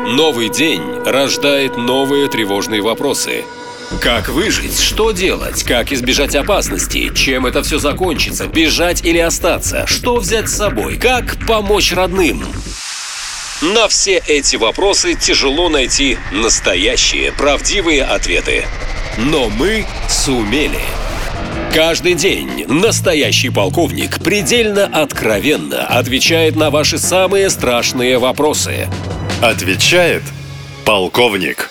Новый день рождает новые тревожные вопросы. Как выжить? Что делать? Как избежать опасности? Чем это все закончится? Бежать или остаться? Что взять с собой? Как помочь родным? На все эти вопросы тяжело найти настоящие, правдивые ответы. Но мы сумели. Каждый день настоящий полковник предельно откровенно отвечает на ваши самые страшные вопросы. Отвечает полковник.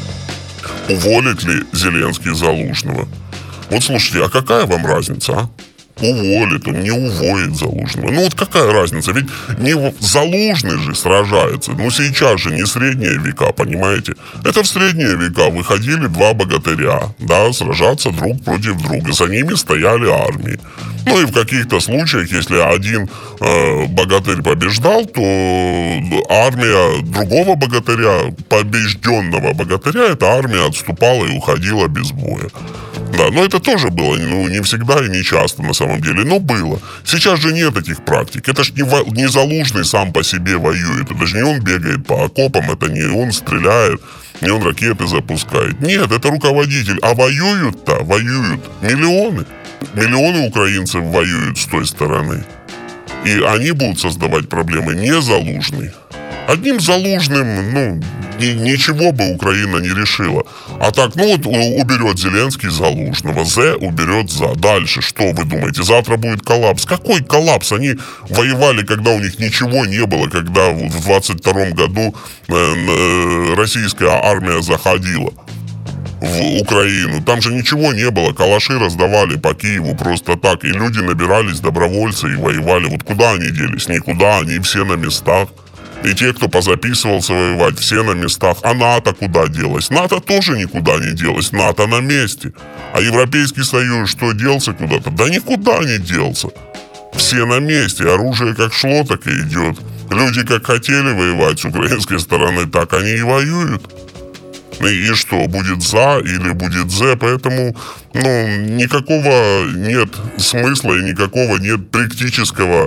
Уволит ли Зеленский Залужного? Вот слушайте, а какая вам разница, а? Уволит он, не уволит Залужного. Ну вот какая разница? Ведь не Залужный же сражается. Ну сейчас же не средние века, понимаете? Это в средние века выходили два богатыря, да, сражаться друг против друга. За ними стояли армии. Ну и в каких-то случаях, если один богатырь побеждал, то армия другого богатыря, побежденного богатыря, эта армия отступала и уходила без боя. Да, но это тоже было, не всегда и не часто на самом деле, но было. Сейчас же нет этих практик. Это же не Залужный сам по себе воюет. Это же не он бегает по окопам, это не он стреляет, не он ракеты запускает. Нет, это руководитель. А воюют миллионы. Миллионы украинцев воюют с той стороны. И они будут создавать проблемы, не Залужный. Одним Залужным, ничего бы Украина не решила. А так, уберет Зеленский Залужного, уберет Дальше что вы думаете? Завтра будет коллапс. Какой коллапс? Они воевали, когда у них ничего не было, когда в 22-м году российская армия заходила в Украину. Там же ничего не было. Калаши раздавали по Киеву просто так. И люди набирались, добровольцы, и воевали. Вот куда они делись? Никуда. Они все на местах. И те, кто позаписывался воевать, все на местах. А НАТО куда делось? НАТО тоже никуда не делось. НАТО на месте. А Европейский Союз что, делся куда-то? Да никуда не делся. Все на месте. Оружие как шло, так и идет. Люди как хотели воевать с украинской стороны, так они и воюют. И что, будет за или будет зе? Поэтому, никакого нет смысла и никакого нет практического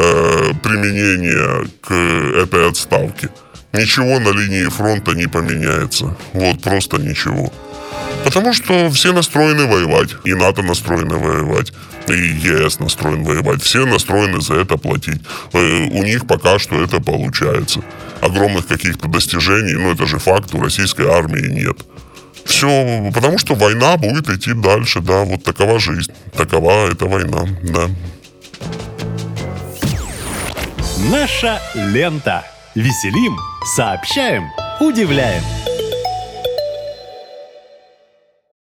применения к этой отставке. Ничего на линии фронта не поменяется. Вот просто ничего. Потому что все настроены воевать. И НАТО настроены воевать. И ЕС настроен воевать. Все настроены за это платить. У них пока что это получается. Огромных каких-то достижений, это же факт, у российской армии нет. Все, потому что война будет идти дальше, да, вот такова жизнь. Такова эта война, да. Наша лента. Веселим, сообщаем, удивляем.